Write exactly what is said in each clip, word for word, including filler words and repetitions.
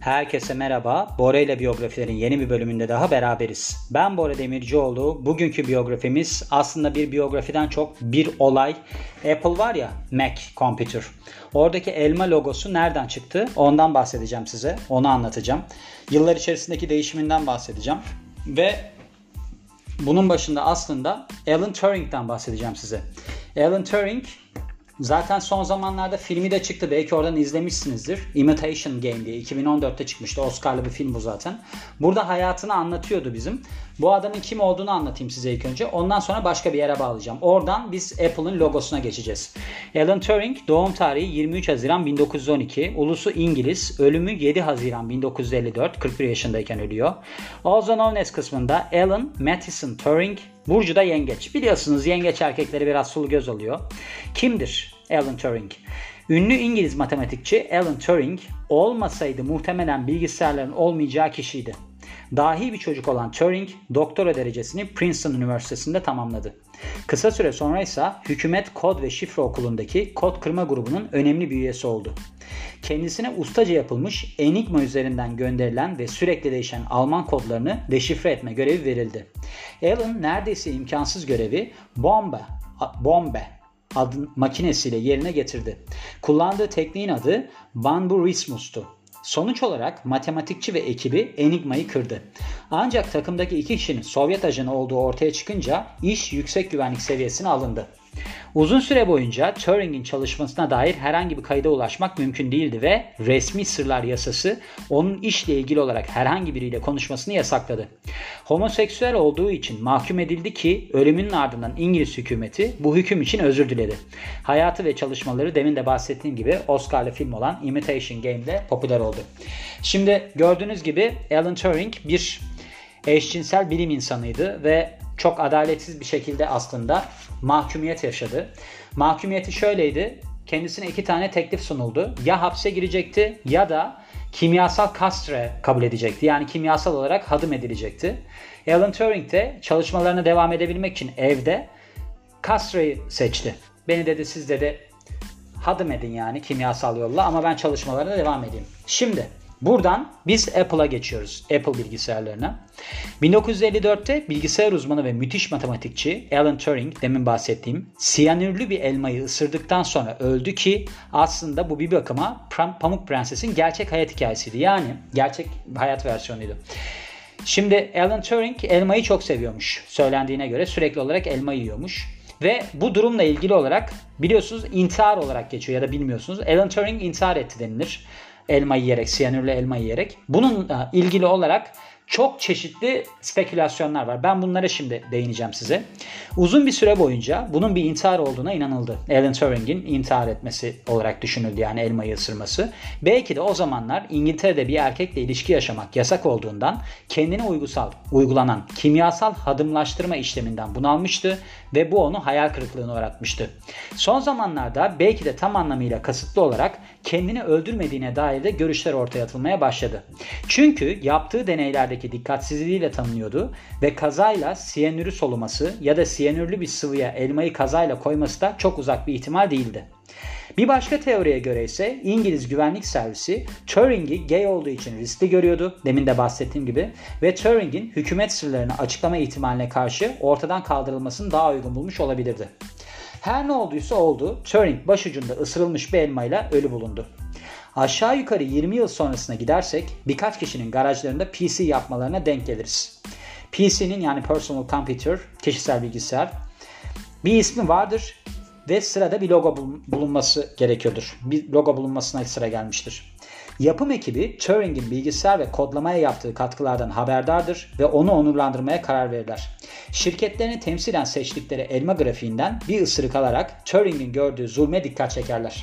Herkese merhaba. Bora ile biyografilerin yeni bir bölümünde daha beraberiz. Ben Bora Demircioğlu. Bugünkü biyografimiz aslında bir biyografiden çok bir olay. Apple var ya, Mac Computer. Oradaki elma logosu nereden çıktı? Ondan bahsedeceğim size. Onu anlatacağım. Yıllar içerisindeki değişiminden bahsedeceğim. Ve bunun başında aslında Alan Turing'den bahsedeceğim size. Alan Turing zaten son zamanlarda filmi de çıktı. Belki oradan izlemişsinizdir. Imitation Game diye. iki bin on dörtte çıkmıştı. Oscar'lı bir film bu zaten. Burada hayatını anlatıyordu bizim. Bu adamın kim olduğunu anlatayım size ilk önce. Ondan sonra başka bir yere bağlayacağım. Oradan biz Apple'ın logosuna geçeceğiz. Alan Turing doğum tarihi yirmi üç Haziran bin dokuz yüz on iki. Ulusu İngiliz. Ölümü yedi Haziran bin dokuz yüz elli dört. kırk bir yaşındayken ölüyor. Also known as kısmında Alan Matheson Turing. Burcu da yengeç. Biliyorsunuz yengeç erkekleri biraz sulu göz oluyor. Kimdir Alan Turing? Ünlü İngiliz matematikçi Alan Turing olmasaydı muhtemelen bilgisayarların olmayacağı kişiydi. Dahi bir çocuk olan Turing doktora derecesini Princeton Üniversitesi'nde tamamladı. Kısa süre sonra ise Hükümet Kod ve Şifre Okulu'ndaki kod kırma grubunun önemli bir üyesi oldu. Kendisine ustaca yapılmış Enigma üzerinden gönderilen ve sürekli değişen Alman kodlarını deşifre etme görevi verildi. Alan neredeyse imkansız görevi Bombe, Bombe adın makinesiyle yerine getirdi. Kullandığı tekniğin adı Banburismus'tu. Sonuç olarak matematikçi ve ekibi Enigma'yı kırdı. Ancak takımdaki iki kişinin Sovyet ajanı olduğu ortaya çıkınca iş yüksek güvenlik seviyesine alındı. Uzun süre boyunca Turing'in çalışmasına dair herhangi bir kayda ulaşmak mümkün değildi ve resmi sırlar yasası onun işle ilgili olarak herhangi biriyle konuşmasını yasakladı. Homoseksüel olduğu için mahkum edildi ki ölümünün ardından İngiliz hükümeti bu hüküm için özür diledi. Hayatı ve çalışmaları demin de bahsettiğim gibi Oscar'lı film olan Imitation Game'de popüler oldu. Şimdi gördüğünüz gibi Alan Turing bir eşcinsel bilim insanıydı ve çok adaletsiz bir şekilde aslında mahkumiyet yaşadı. Mahkumiyeti şöyleydi. Kendisine iki tane teklif sunuldu. Ya hapse girecekti ya da kimyasal kastre kabul edecekti. Yani kimyasal olarak hadım edilecekti. Alan Turing de çalışmalarına devam edebilmek için evde kastreyi seçti. Beni dedi siz dedi hadım edin yani kimyasal yolla ama ben çalışmalarına devam edeyim. Şimdi buradan biz Apple'a geçiyoruz. Apple bilgisayarlarına. bin dokuz yüz elli dörtte bilgisayar uzmanı ve müthiş matematikçi Alan Turing, demin bahsettiğim, siyanürlü bir elmayı ısırdıktan sonra öldü ki aslında bu bir bakıma Pamuk Prenses'in gerçek hayat hikayesiydi. Yani gerçek hayat versiyonuydu. Şimdi Alan Turing elmayı çok seviyormuş. Söylendiğine göre sürekli olarak elma yiyormuş. Ve bu durumla ilgili olarak biliyorsunuz intihar olarak geçiyor ya da bilmiyorsunuz. Alan Turing intihar etti denilir. Elma yiyerek, siyanürlü elma yiyerek. Bununla ilgili olarak çok çeşitli spekülasyonlar var. Ben bunlara şimdi değineceğim size. Uzun bir süre boyunca bunun bir intihar olduğuna inanıldı. Alan Turing'in intihar etmesi olarak düşünüldü, yani elmayı ısırması. Belki de o zamanlar İngiltere'de bir erkekle ilişki yaşamak yasak olduğundan kendine uygusal, uygulanan kimyasal hadımlaştırma işleminden bunalmıştı ve bu onu hayal kırıklığına uğratmıştı. Son zamanlarda belki de tam anlamıyla kasıtlı olarak kendini öldürmediğine dair de görüşler ortaya atılmaya başladı. Çünkü yaptığı deneylerdeki dikkatsizliğiyle tanınıyordu ve kazayla siyanürü soluması ya da siyanürlü bir sıvıya elmayı kazayla koyması da çok uzak bir ihtimal değildi. Bir başka teoriye göre ise İngiliz güvenlik servisi Turing'i gay olduğu için riskli görüyordu, demin de bahsettiğim gibi, ve Turing'in hükümet sırlarını açıklama ihtimaline karşı ortadan kaldırılmasını daha uygun bulmuş olabilirdi. Her ne olduysa oldu, Turing başucunda ısırılmış bir elmayla ölü bulundu. Aşağı yukarı yirmi yıl sonrasına gidersek birkaç kişinin garajlarında P C yapmalarına denk geliriz. P C'nin, yani Personal Computer, kişisel bilgisayar, bir ismi vardır ve sırada bir logo bulunması gerekiyordur. Bir logo bulunmasına sıra gelmiştir. Yapım ekibi Turing'in bilgisayar ve kodlamaya yaptığı katkılardan haberdardır ve onu onurlandırmaya karar verirler. Şirketlerini temsilen seçtikleri elma grafiğinden bir ısırık alarak Turing'in gördüğü zulme dikkat çekerler.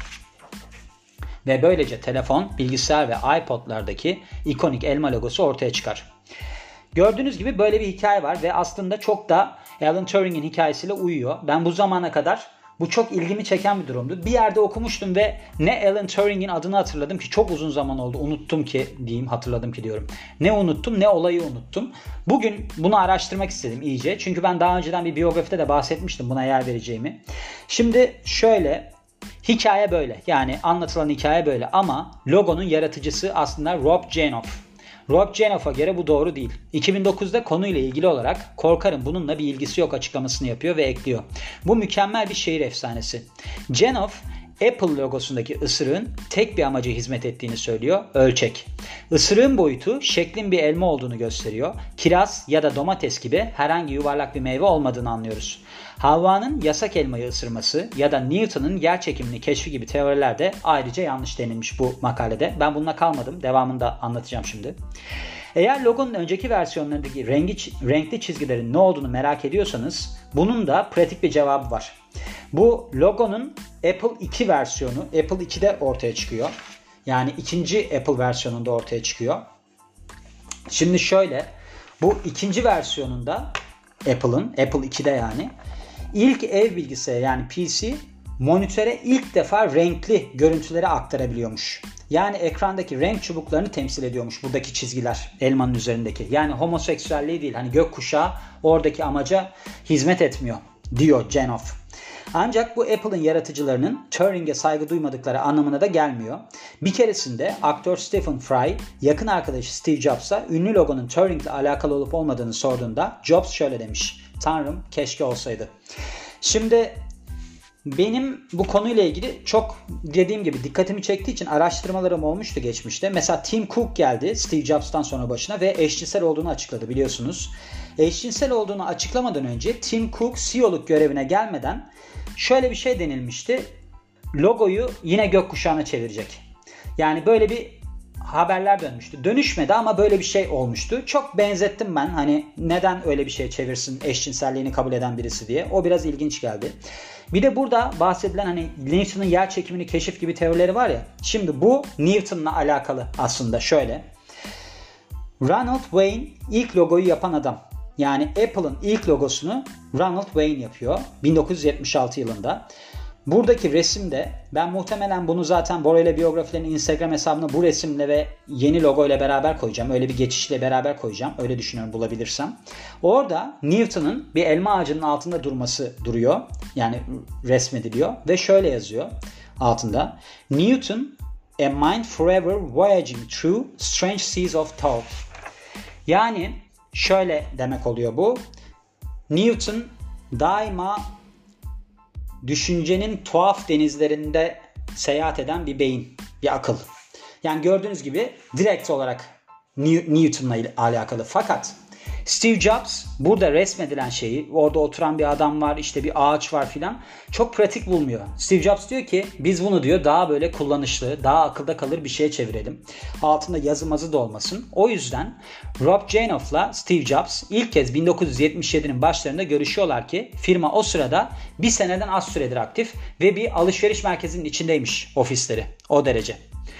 Ve böylece telefon, bilgisayar ve iPod'lardaki ikonik elma logosu ortaya çıkar. Gördüğünüz gibi böyle bir hikaye var ve aslında çok da Alan Turing'in hikayesiyle uyuyor. Ben bu zamana kadar bu çok ilgimi çeken bir durumdu. Bir yerde okumuştum ve ne Alan Turing'in adını hatırladım ki, çok uzun zaman oldu. Unuttum ki diyeyim, hatırladım ki diyorum. Ne unuttum ne olayı unuttum. Bugün bunu araştırmak istedim iyice. Çünkü ben daha önceden bir biyografide de bahsetmiştim buna yer vereceğimi. Şimdi şöyle, Hikaye böyle. Yani anlatılan hikaye böyle ama logonun yaratıcısı aslında Rob Janoff. Rob Janoff'a göre bu doğru değil. iki bin dokuzda konuyla ilgili olarak korkarım bununla bir ilgisi yok açıklamasını yapıyor ve ekliyor. Bu mükemmel bir şehir efsanesi. Janoff Apple logosundaki ısırığın tek bir amaca hizmet ettiğini söylüyor. Ölçek. Isırığın boyutu şeklin bir elma olduğunu gösteriyor. Kiraz ya da domates gibi herhangi yuvarlak bir meyve olmadığını anlıyoruz. Havva'nın yasak elmayı ısırması ya da Newton'un yerçekimini keşfi gibi teoriler de ayrıca yanlış denilmiş bu makalede. Ben bununla kalmadım. Devamını da anlatacağım şimdi. Eğer logonun önceki versiyonlarındaki rengi, renkli çizgilerin ne olduğunu merak ediyorsanız bunun da pratik bir cevabı var. Bu logonun Apple iki versiyonu Apple iki'de ortaya çıkıyor. Yani ikinci Apple versiyonunda ortaya çıkıyor. Şimdi şöyle, bu ikinci versiyonunda Apple'ın, Apple iki'de yani ilk ev bilgisayarı yani P C monitöre ilk defa renkli görüntüleri aktarabiliyormuş. Yani ekrandaki renk çubuklarını temsil ediyormuş buradaki çizgiler elmanın üzerindeki. Yani homoseksüelliği değil, hani gökkuşağı oradaki amaca hizmet etmiyor diyor Janoff. Ancak bu Apple'ın yaratıcılarının Turing'e saygı duymadıkları anlamına da gelmiyor. Bir keresinde aktör Stephen Fry yakın arkadaşı Steve Jobs'a ünlü logonun Turing'le alakalı olup olmadığını sorduğunda Jobs şöyle demiş: "Tanrım keşke olsaydı." Şimdi benim bu konuyla ilgili çok dediğim gibi dikkatimi çektiği için araştırmalarım olmuştu geçmişte. Mesela Tim Cook geldi Steve Jobs'tan sonra başına ve eşcinsel olduğunu açıkladı biliyorsunuz. Eşcinsel olduğunu açıklamadan önce Tim Cook C E O'luk görevine gelmeden şöyle bir şey denilmişti. Logoyu yine gökkuşağına çevirecek. Yani böyle bir haberler dönmüştü. Dönüşmedi ama böyle bir şey olmuştu. Çok benzettim ben. Hani neden öyle bir şey çevirsin eşcinselliğini kabul eden birisi diye. O biraz ilginç geldi. Bir de burada bahsedilen hani Newton'un yer çekimini keşif gibi teorileri var ya. Şimdi bu Newton'la alakalı aslında şöyle. Ronald Wayne ilk logoyu yapan adam. Yani Apple'ın ilk logosunu Ronald Wayne yapıyor bin dokuz yüz yetmiş altı yılında. Buradaki resimde ben muhtemelen bunu zaten Bora ile biyografilerin Instagram hesabına bu resimle ve yeni logo ile beraber koyacağım. Öyle bir geçişle beraber koyacağım. Öyle düşünüyorum bulabilirsem. Orada Newton'un bir elma ağacının altında durması duruyor. Yani resmediliyor ve şöyle yazıyor altında. Newton, a mind forever voyaging through strange seas of thought. Yani şöyle demek oluyor bu. Newton daima düşüncenin tuhaf denizlerinde seyahat eden bir beyin, bir akıl. Yani gördüğünüz gibi direkt olarak Newton'la alakalı. Fakat Steve Jobs burada resmedilen şeyi, orada oturan bir adam var, işte bir ağaç var filan, çok pratik bulmuyor. Steve Jobs diyor ki biz bunu diyor daha böyle kullanışlı, daha akılda kalır bir şeye çevirelim. Altında yazı mazı da olmasın. O yüzden Rob Janoff'la Steve Jobs ilk kez bin dokuz yüz yetmiş yedi'nin başlarında görüşüyorlar ki firma o sırada bir seneden az süredir aktif ve bir alışveriş merkezinin içindeymiş ofisleri. O derece.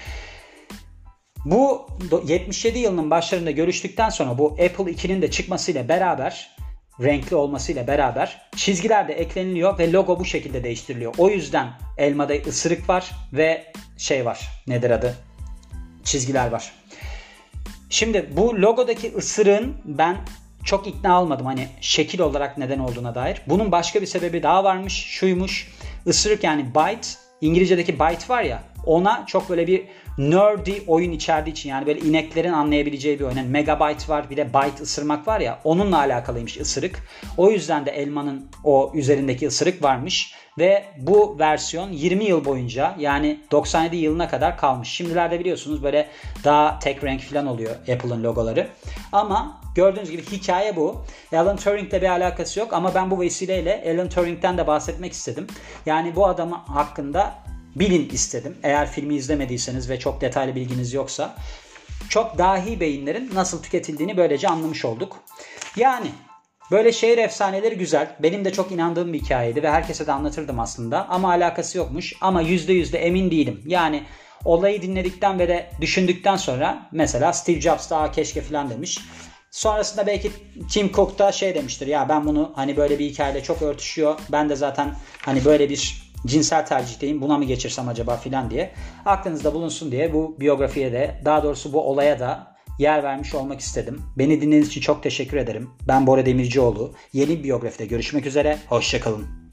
Bu yetmiş yedi yılının başlarında görüştükten sonra bu Apple iki'nin de çıkmasıyla beraber, renkli olmasıyla beraber çizgiler de ekleniliyor ve logo bu şekilde değiştiriliyor. O yüzden elmada ısırık var ve şey var, nedir adı? Çizgiler var. Şimdi bu logodaki ısırığın ben çok ikna olmadım hani şekil olarak neden olduğuna dair. Bunun başka bir sebebi daha varmış, şuymuş. Isırık yani bite, İngilizce'deki bite var ya, ona çok böyle bir nerdy oyun içerdiği için, yani böyle ineklerin anlayabileceği bir oyun. Yani megabyte var, bir de byte ısırmak var ya, onunla alakalıymış ısırık. O yüzden de elmanın o üzerindeki ısırık varmış ve bu versiyon yirmi yıl boyunca, yani doksan yedi yılına kadar kalmış. Şimdilerde biliyorsunuz böyle daha tek renk falan oluyor Apple'ın logoları. Ama gördüğünüz gibi hikaye bu. Alan Turing'le bir alakası yok ama ben bu vesileyle Alan Turing'den de bahsetmek istedim. Yani bu adam hakkında bilin istedim. Eğer filmi izlemediyseniz ve çok detaylı bilginiz yoksa, çok dahi beyinlerin nasıl tüketildiğini böylece anlamış olduk. Yani böyle şehir efsaneleri güzel. Benim de çok inandığım bir hikayeydi ve herkese de anlatırdım aslında. Ama alakası yokmuş. Ama yüzde yüz de emin değilim. Yani olayı dinledikten ve de düşündükten sonra mesela Steve Jobs da keşke falan demiş. Sonrasında belki Tim Cook da şey demiştir. Ya ben bunu hani böyle bir hikayeyle çok örtüşüyor. Ben de zaten hani böyle bir cinsel tercihteyim, buna mı geçirsem acaba filan diye. Aklınızda bulunsun diye bu biyografiye de, daha doğrusu bu olaya da yer vermiş olmak istedim. Beni dinlediğiniz için çok teşekkür ederim. Ben Bora Demircioğlu. Yeni bir biyografide görüşmek üzere. Hoşça kalın.